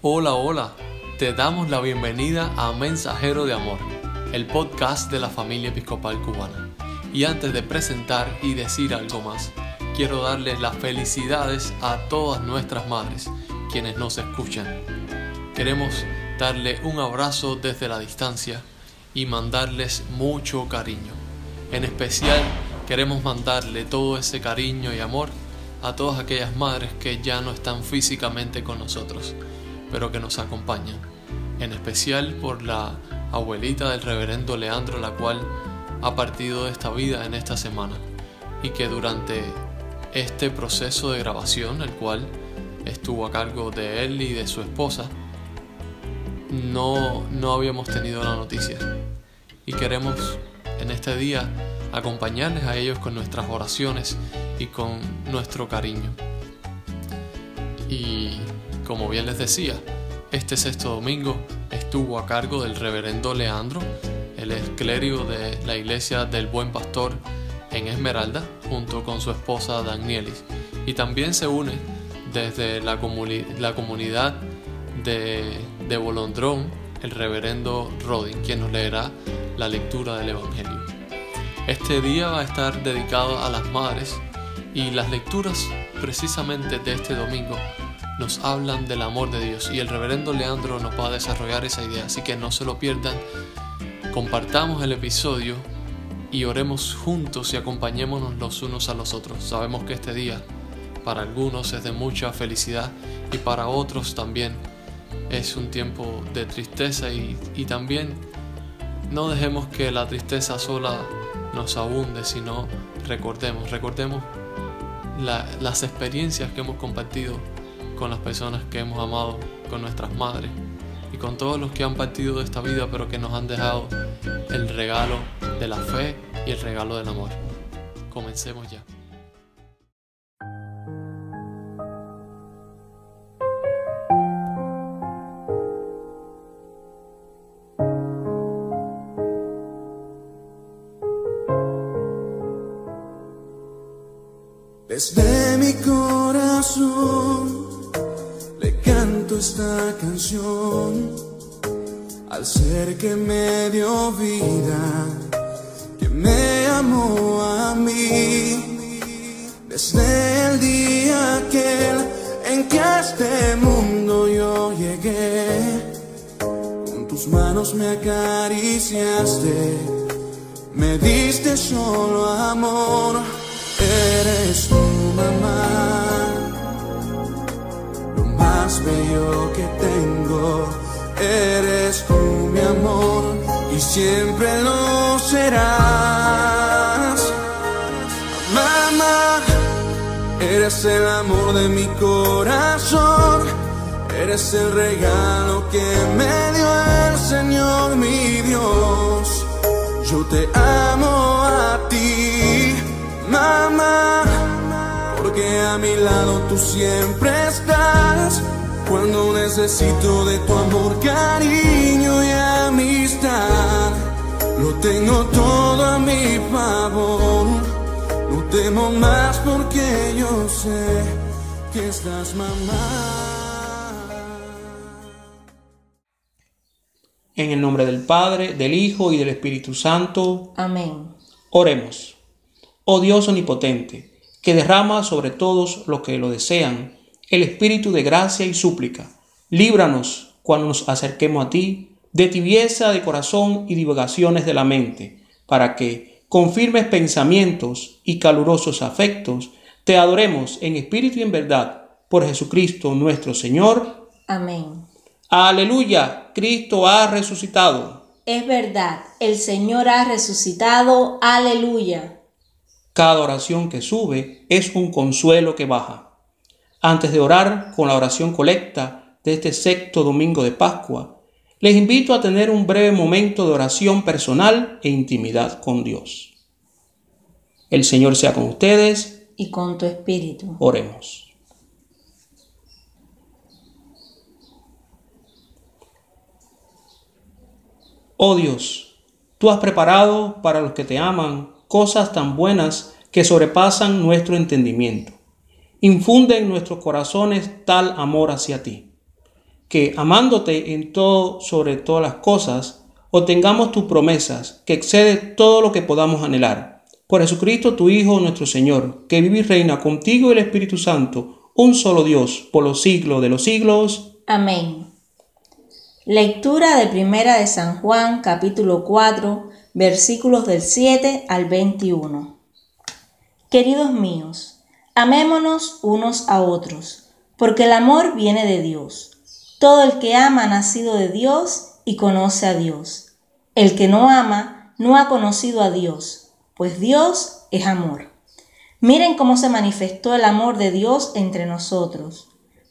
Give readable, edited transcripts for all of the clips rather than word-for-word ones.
Hola, hola, te damos la bienvenida a Mensajero de Amor, el podcast de la familia episcopal cubana. Y antes de presentar y decir algo más, quiero darles las felicidades a todas nuestras madres, quienes nos escuchan. Queremos darle un abrazo desde la distancia y mandarles mucho cariño. En especial, queremos mandarle todo ese cariño y amor a todas aquellas madres que ya no están físicamente con nosotros, pero que nos acompañan, en especial por la abuelita del reverendo Leandro, la cual ha partido de esta vida en esta semana, y que durante este proceso de grabación, el cual estuvo a cargo de él y de su esposa, no habíamos tenido la noticia, y queremos en este día acompañarles a ellos con nuestras oraciones y con nuestro cariño. Y como bien les decía, este sexto domingo estuvo a cargo del reverendo Leandro. Él es clérigo de la iglesia del Buen Pastor en Esmeralda, junto con su esposa Danielis. Y también se une desde la comunidad de Bolondrón, el reverendo Rodin, quien nos leerá la lectura del Evangelio. Este día va a estar dedicado a las madres, y las lecturas precisamente de este domingo nos hablan del amor de Dios, y el reverendo Leandro nos va a desarrollar esa idea, así que no se lo pierdan. Compartamos el episodio y oremos juntos y acompañémonos los unos a los otros. Sabemos que este día para algunos es de mucha felicidad y para otros también es un tiempo de tristeza, y también no dejemos que la tristeza sola nos abunde, sino recordemos las experiencias que hemos compartido con las personas que hemos amado, con nuestras madres y con todos los que han partido de esta vida, pero que nos han dejado el regalo de la fe y el regalo del amor. Comencemos ya. Desde mi corazón le canto esta canción al ser que me dio vida, que me amó a mí. Desde el día aquel en que a este mundo yo llegué, con tus manos me acariciaste, me diste solo amor. Eres tu mamá, lo más bello que tengo. Eres tú mi amor y siempre lo serás. Mamá, eres el amor de mi corazón. Eres el regalo que me dio el Señor mi Dios. Yo te amo a ti, mamá, porque a mi lado tú siempre estás. Cuando necesito de tu amor, cariño y amistad, lo tengo todo a mi favor. No temo más porque yo sé que estás, mamá. En el nombre del Padre, del Hijo y del Espíritu Santo. Amén. Oremos. Oh Dios omnipotente, que derrama sobre todos los que lo desean el espíritu de gracia y súplica, líbranos cuando nos acerquemos a ti de tibieza de corazón y divagaciones de la mente, para que, con firmes pensamientos y calurosos afectos, te adoremos en espíritu y en verdad, por Jesucristo nuestro Señor. Amén. Aleluya, Cristo ha resucitado. Es verdad, el Señor ha resucitado. Aleluya. Cada oración que sube es un consuelo que baja. Antes de orar con la oración colecta de este sexto domingo de Pascua, les invito a tener un breve momento de oración personal e intimidad con Dios. El Señor sea con ustedes. Y con tu espíritu. Oremos. Oh Dios, tú has preparado para los que te aman cosas tan buenas que sobrepasan nuestro entendimiento. Infunde en nuestros corazones tal amor hacia ti. que, amándote en todo sobre todas las cosas, obtengamos tus promesas, que excede todo lo que podamos anhelar. Por Jesucristo, tu Hijo, nuestro Señor, que vive y reina contigo y el Espíritu Santo, un solo Dios, por los siglos de los siglos. Amén. Lectura de Primera de San Juan, capítulo 4, versículos del 7 al 21. Queridos míos, amémonos unos a otros, porque el amor viene de Dios. Todo el que ama ha nacido de Dios y conoce a Dios. El que no ama no ha conocido a Dios, pues Dios es amor. Miren cómo se manifestó el amor de Dios entre nosotros.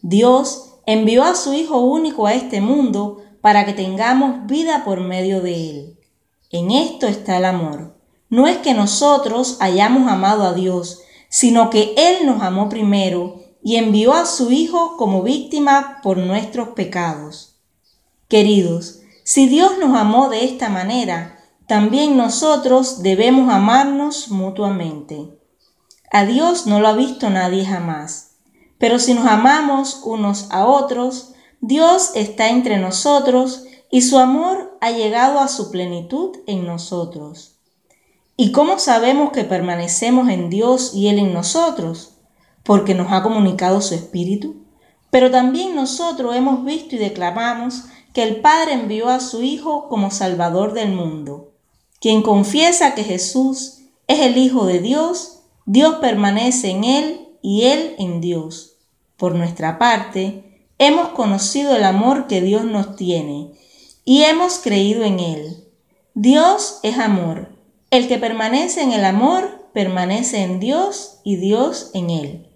Dios envió a su Hijo único a este mundo para que tengamos vida por medio de Él. En esto está el amor. No es que nosotros hayamos amado a Dios, sino que Él nos amó primero y envió a su Hijo como víctima por nuestros pecados. Queridos, si Dios nos amó de esta manera, también nosotros debemos amarnos mutuamente. A Dios no lo ha visto nadie jamás, pero si nos amamos unos a otros, Dios está entre nosotros y su amor ha llegado a su plenitud en nosotros. ¿Y cómo sabemos que permanecemos en Dios y Él en nosotros? Porque nos ha comunicado su Espíritu. Pero también nosotros hemos visto y declaramos que el Padre envió a su Hijo como Salvador del mundo. Quien confiesa que Jesús es el Hijo de Dios, Dios permanece en Él y Él en Dios. Por nuestra parte, hemos conocido el amor que Dios nos tiene y hemos creído en Él. Dios es amor. El que permanece en el amor, permanece en Dios y Dios en Él.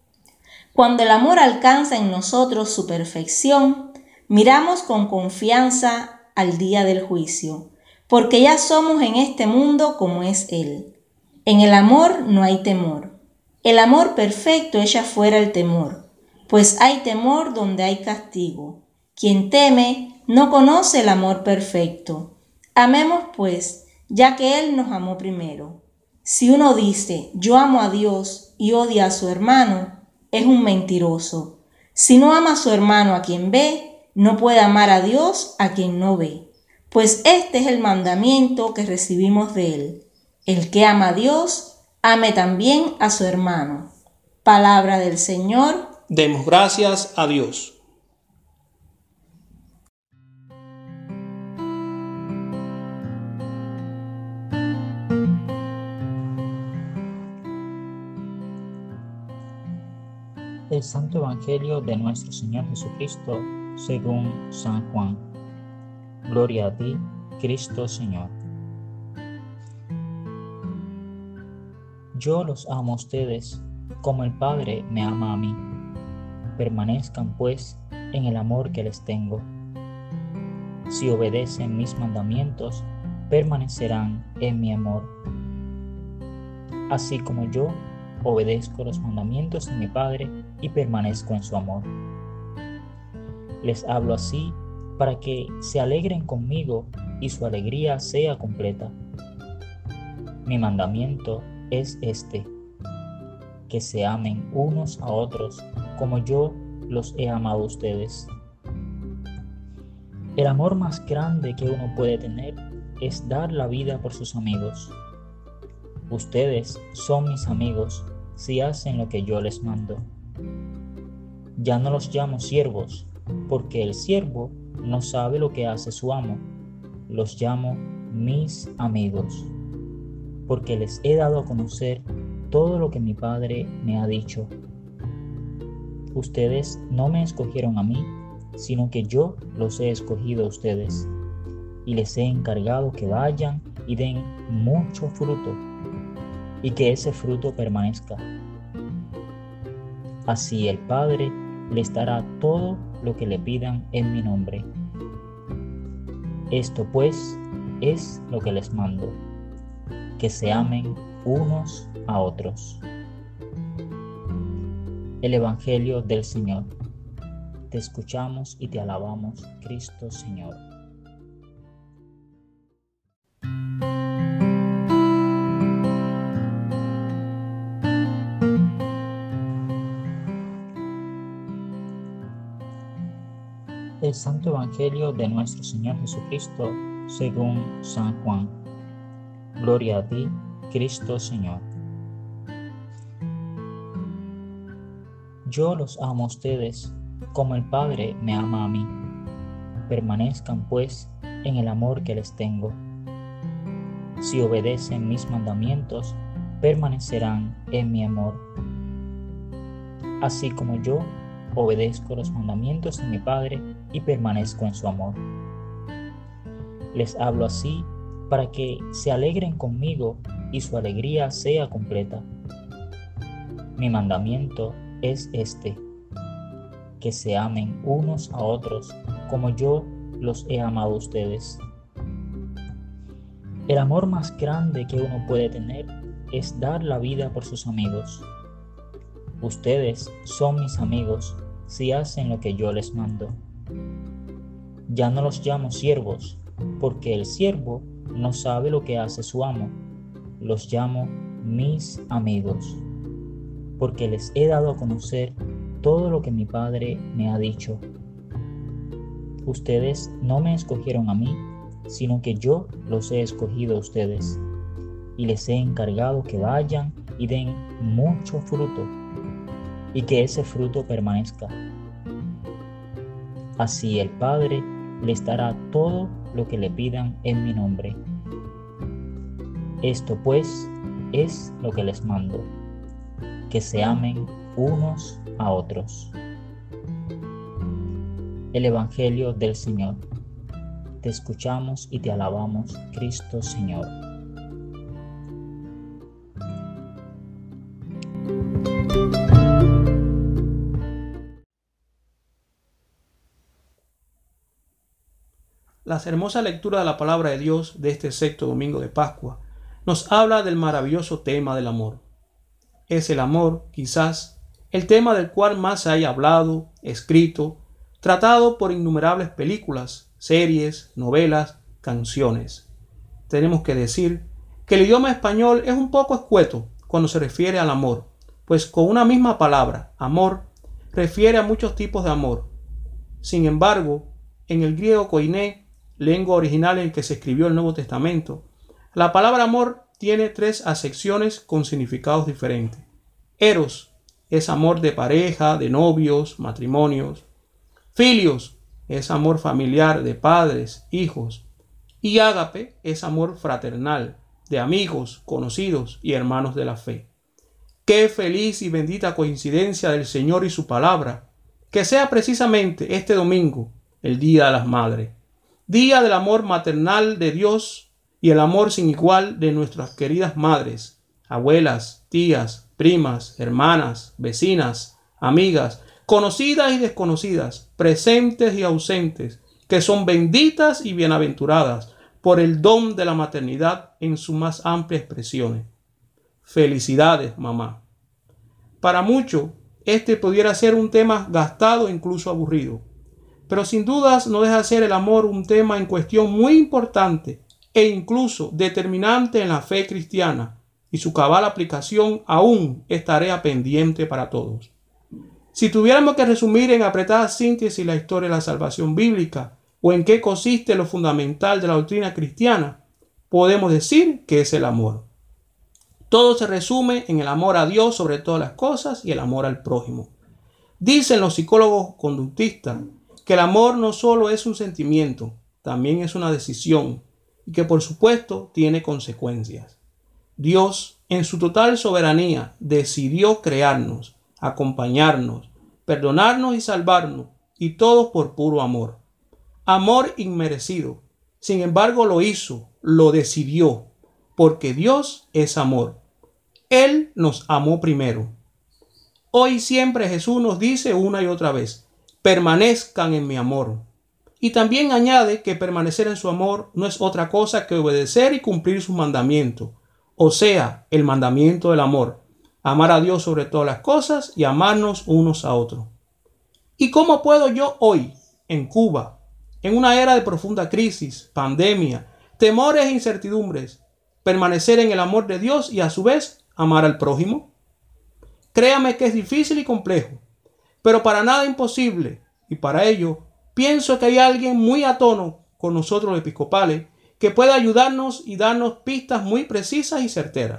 Cuando el amor alcanza en nosotros su perfección, miramos con confianza al día del juicio, porque ya somos en este mundo como es Él. En el amor no hay temor. El amor perfecto echa fuera el temor, pues hay temor donde hay castigo. Quien teme no conoce el amor perfecto. Amemos pues, ya que Él nos amó primero. Si uno dice, yo amo a Dios y odia a su hermano, es un mentiroso. Si no ama a su hermano a quien ve, no puede amar a Dios a quien no ve. Pues este es el mandamiento que recibimos de Él. El que ama a Dios, ame también a su hermano. Palabra del Señor. Demos gracias a Dios. El Santo Evangelio de nuestro Señor Jesucristo según San Juan. Gloria a ti, Cristo Señor. Yo los amo a ustedes como el Padre me ama a mí. Permanezcan pues en el amor que les tengo. Si obedecen mis mandamientos, permanecerán en mi amor. Así como yo obedezco los mandamientos de mi Padre y permanezco en su amor. Les hablo así para que se alegren conmigo y su alegría sea completa. Mi mandamiento es este: que se amen unos a otros como yo los he amado a ustedes. El amor más grande que uno puede tener es dar la vida por sus amigos. Ustedes son mis amigos si hacen lo que yo les mando. Ya no los llamo siervos, porque el siervo no sabe lo que hace su amo. Los llamo mis amigos, porque les he dado a conocer todo lo que mi Padre me ha dicho. Ustedes no me escogieron a mí, sino que yo los he escogido a ustedes, y les he encargado que vayan y den mucho fruto, y que ese fruto permanezca. Así el Padre les dará todo lo que le pidan en mi nombre. Esto pues es lo que les mando: que se amen unos a otros. El Evangelio del Señor. Te escuchamos y te alabamos, Cristo Señor. del Santo Evangelio de nuestro Señor Jesucristo según San Juan. Gloria a ti, Cristo Señor. Yo los amo a ustedes como el Padre me ama a mí. Permanezcan pues en el amor que les tengo. Si obedecen mis mandamientos, permanecerán en mi amor. Así como yo obedezco los mandamientos de mi Padre y permanezco en su amor. Les hablo así para que se alegren conmigo y su alegría sea completa. Mi mandamiento es este: que se amen unos a otros como yo los he amado a ustedes. El amor más grande que uno puede tener es dar la vida por sus amigos. Ustedes son mis amigos si hacen lo que yo les mando. Ya no los llamo siervos, porque el siervo no sabe lo que hace su amo. Los llamo mis amigos, porque les he dado a conocer todo lo que mi Padre me ha dicho. Ustedes no me escogieron a mí, sino que yo los he escogido a ustedes, y les he encargado que vayan y den mucho fruto, y que ese fruto permanezca. Así el Padre les dará todo lo que le pidan en mi nombre. Esto pues es lo que les mando: que se amen unos a otros. El Evangelio del Señor. Te escuchamos y te alabamos, Cristo Señor. La hermosa lectura de la palabra de Dios de este sexto domingo de Pascua nos habla del maravilloso tema del amor. Es el amor, quizás, el tema del cual más se haya hablado, escrito, tratado por innumerables películas, series, novelas, canciones. Tenemos que decir que el idioma español es un poco escueto cuando se refiere al amor, pues con una misma palabra, amor, refiere a muchos tipos de amor. Sin embargo, en el griego koiné, lengua original en que se escribió el Nuevo Testamento, la palabra amor tiene 3 acepciones con significados diferentes. Eros es amor de pareja, de novios, matrimonios. Filios es amor familiar de padres, hijos. Y ágape es amor fraternal, de amigos, conocidos y hermanos de la fe. Qué feliz y bendita coincidencia del Señor y su palabra, que sea precisamente este domingo, el Día de las Madres, día del amor maternal de Dios y el amor sin igual de nuestras queridas madres, abuelas, tías, primas, hermanas, vecinas, amigas, conocidas y desconocidas, presentes y ausentes, que son benditas y bienaventuradas por el don de la maternidad en sus más amplias expresiones. Felicidades, mamá. Para muchos, este pudiera ser un tema gastado e incluso aburrido, pero sin dudas no deja de ser el amor un tema en cuestión muy importante e incluso determinante en la fe cristiana, y su cabal aplicación aún es tarea pendiente para todos. Si tuviéramos que resumir en apretada síntesis la historia de la salvación bíblica o en qué consiste lo fundamental de la doctrina cristiana, podemos decir que es el amor. Todo se resume en el amor a Dios sobre todas las cosas y el amor al prójimo. Dicen los psicólogos conductistas que el amor no solo es un sentimiento, también es una decisión y que por supuesto tiene consecuencias. Dios, en su total soberanía, decidió crearnos, acompañarnos, perdonarnos y salvarnos, y todo por puro amor. Amor inmerecido. Sin embargo, lo hizo, lo decidió, porque Dios es amor. Él nos amó primero. Hoy y siempre Jesús nos dice una y otra vez: permanezcan en mi amor. Y también añade que permanecer en su amor no es otra cosa que obedecer y cumplir sus mandamientos, o sea, el mandamiento del amor: amar a Dios sobre todas las cosas y amarnos unos a otros. ¿Y cómo puedo yo hoy, en Cuba, en una era de profunda crisis, pandemia, temores e incertidumbres, permanecer en el amor de Dios y a su vez amar al prójimo? Créame que es difícil y complejo, pero para nada imposible, y para ello pienso que hay alguien muy a tono con nosotros los episcopales que puede ayudarnos y darnos pistas muy precisas y certeras.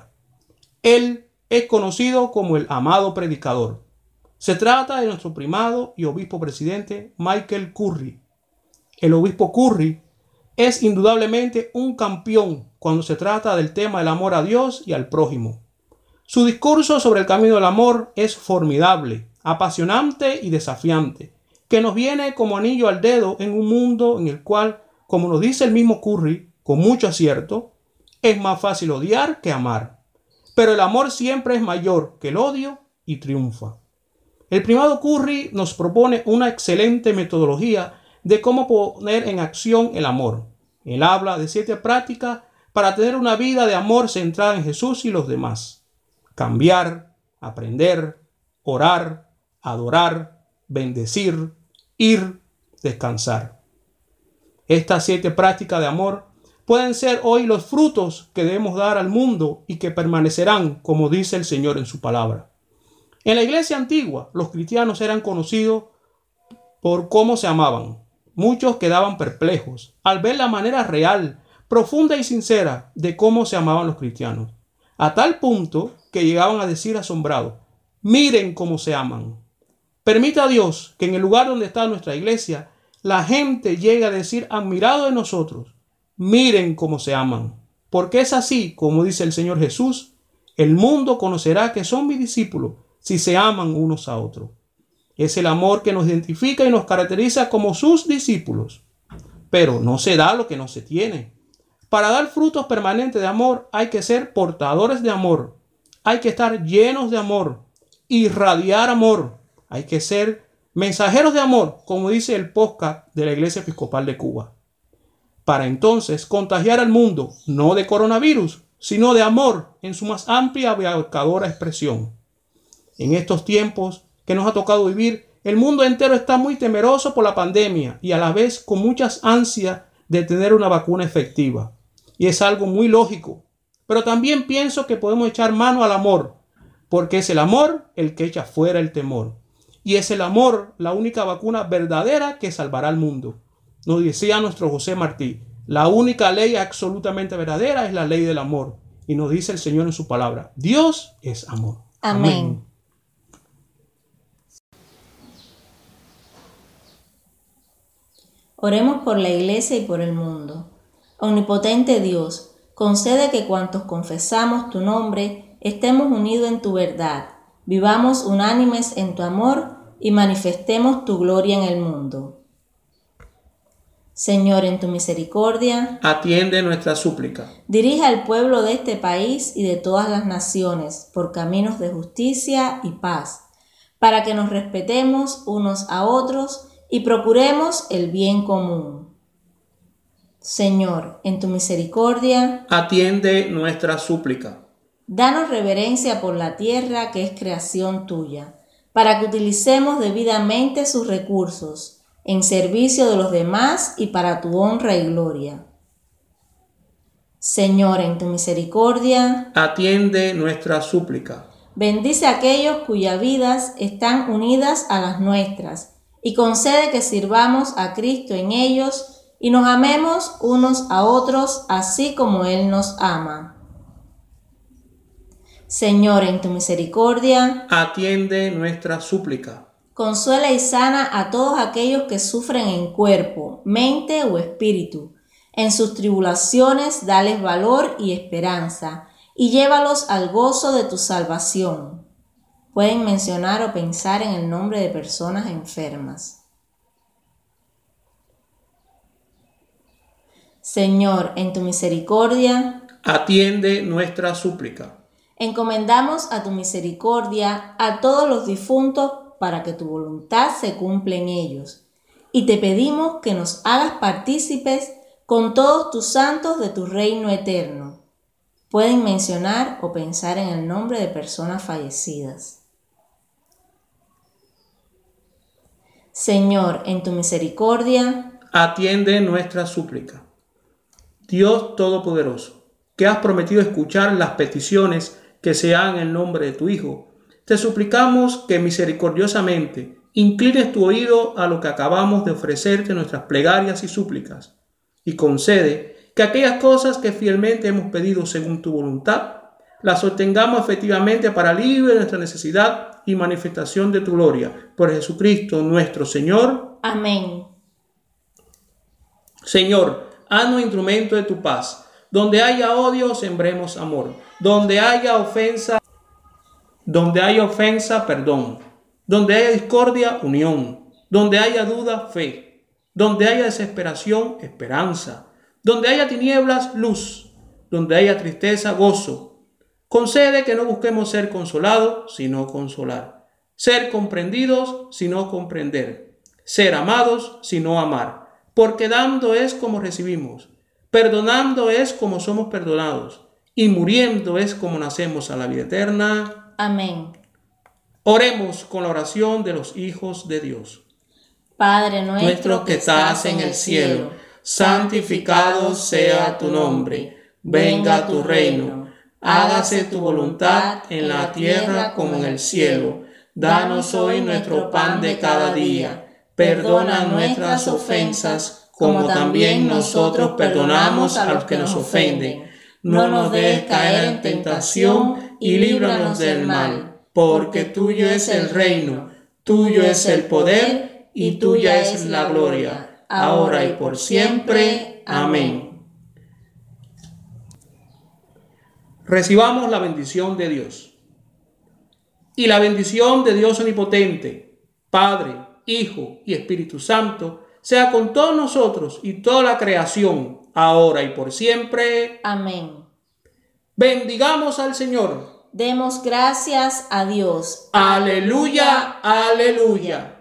Él es conocido como el amado predicador. Se trata de nuestro primado y obispo presidente Michael Curry. El obispo Curry es indudablemente un campeón cuando se trata del tema del amor a Dios y al prójimo. Su discurso sobre el camino del amor es formidable, apasionante y desafiante, que nos viene como anillo al dedo en un mundo en el cual, como nos dice el mismo Curry, con mucho acierto, es más fácil odiar que amar. Pero el amor siempre es mayor que el odio y triunfa. El primado Curry nos propone una excelente metodología de cómo poner en acción el amor. Él habla de 7 prácticas para tener una vida de amor centrada en Jesús y los demás. Cambiar, aprender, orar, adorar, bendecir, ir, descansar. Estas 7 prácticas de amor pueden ser hoy los frutos que debemos dar al mundo y que permanecerán, como dice el Señor en su palabra. En la iglesia antigua, los cristianos eran conocidos por cómo se amaban. Muchos quedaban perplejos al ver la manera real, profunda y sincera de cómo se amaban los cristianos, a tal punto que llegaban a decir asombrados: miren cómo se aman. Permita a Dios que en el lugar donde está nuestra iglesia, la gente llegue a decir admirado de nosotros: miren cómo se aman. Porque es así, como dice el Señor Jesús: el mundo conocerá que son mis discípulos si se aman unos a otros. Es el amor que nos identifica y nos caracteriza como sus discípulos. Pero no se da lo que no se tiene. Para dar frutos permanentes de amor hay que ser portadores de amor. Hay que estar llenos de amor. Irradiar amor. Hay que ser mensajeros de amor, como dice el podcast de la Iglesia Episcopal de Cuba. Para entonces contagiar al mundo, no de coronavirus, sino de amor en su más amplia y abarcadora expresión. En estos tiempos que nos ha tocado vivir, el mundo entero está muy temeroso por la pandemia y a la vez con muchas ansias de tener una vacuna efectiva. Y es algo muy lógico. Pero también pienso que podemos echar mano al amor, porque es el amor el que echa fuera el temor. Y es el amor la única vacuna verdadera que salvará al mundo. Nos decía nuestro José Martí: la única ley absolutamente verdadera es la ley del amor. Y nos dice el Señor en su palabra: Dios es amor. Amén. Oremos por la Iglesia y por el mundo. Omnipotente Dios, concede que cuantos confesamos tu nombre estemos unidos en tu verdad, vivamos unánimes en tu amor y manifestemos tu gloria en el mundo. Señor, en tu misericordia, atiende nuestra súplica. Dirige al pueblo de este país y de todas las naciones por caminos de justicia y paz, para que nos respetemos unos a otros y procuremos el bien común. Señor, en tu misericordia, atiende nuestra súplica. Danos reverencia por la tierra que es creación tuya, para que utilicemos debidamente sus recursos, en servicio de los demás y para tu honra y gloria. Señor, en tu misericordia, atiende nuestra súplica. Bendice a aquellos cuyas vidas están unidas a las nuestras, y concede que sirvamos a Cristo en ellos y nos amemos unos a otros así como Él nos ama. Señor, en tu misericordia, atiende nuestra súplica. Consuela y sana a todos aquellos que sufren en cuerpo, mente o espíritu. En sus tribulaciones dales valor y esperanza, y llévalos al gozo de tu salvación. Pueden mencionar o pensar en el nombre de personas enfermas. Señor, en tu misericordia, atiende nuestra súplica. Encomendamos a tu misericordia a todos los difuntos para que tu voluntad se cumpla en ellos. Y te pedimos que nos hagas partícipes con todos tus santos de tu reino eterno. Pueden mencionar o pensar en el nombre de personas fallecidas. Señor, en tu misericordia, atiende nuestra súplica. Dios Todopoderoso, que has prometido escuchar las peticiones que se hagan en el nombre de tu Hijo, te suplicamos que misericordiosamente inclines tu oído a lo que acabamos de ofrecerte nuestras plegarias y súplicas, y concede que aquellas cosas que fielmente hemos pedido según tu voluntad, las obtengamos efectivamente para alivio de nuestra necesidad y manifestación de tu gloria. Por Jesucristo nuestro Señor. Amén. Señor, haznos instrumento de tu paz. Donde haya odio, sembremos amor. Donde haya ofensa, perdón. Donde haya discordia, unión. Donde haya duda, fe. Donde haya desesperación, esperanza. Donde haya tinieblas, luz. Donde haya tristeza, gozo. Concede que no busquemos ser consolados, sino consolar. Ser comprendidos, sino comprender. Ser amados, sino amar. Porque dando es como recibimos. Perdonando es como somos perdonados. Y muriendo es como nacemos a la vida eterna. Amén. Oremos con la oración de los hijos de Dios. Padre nuestro que estás en el cielo, santificado sea tu nombre. Venga tu reino. Hágase tu voluntad en la tierra como en el cielo. Danos hoy nuestro pan de cada día. Perdona nuestras ofensas, como también nosotros perdonamos a los que nos ofenden. No nos dejes caer en tentación y líbranos del mal, porque tuyo es el reino, tuyo es el poder y tuya es la gloria, ahora y por siempre. Amén. Recibamos la bendición de Dios. Y la bendición de Dios omnipotente, Padre, Hijo y Espíritu Santo, sea con todos nosotros y toda la creación, ahora y por siempre. Amén. Bendigamos al Señor. Demos gracias a Dios. Aleluya, aleluya.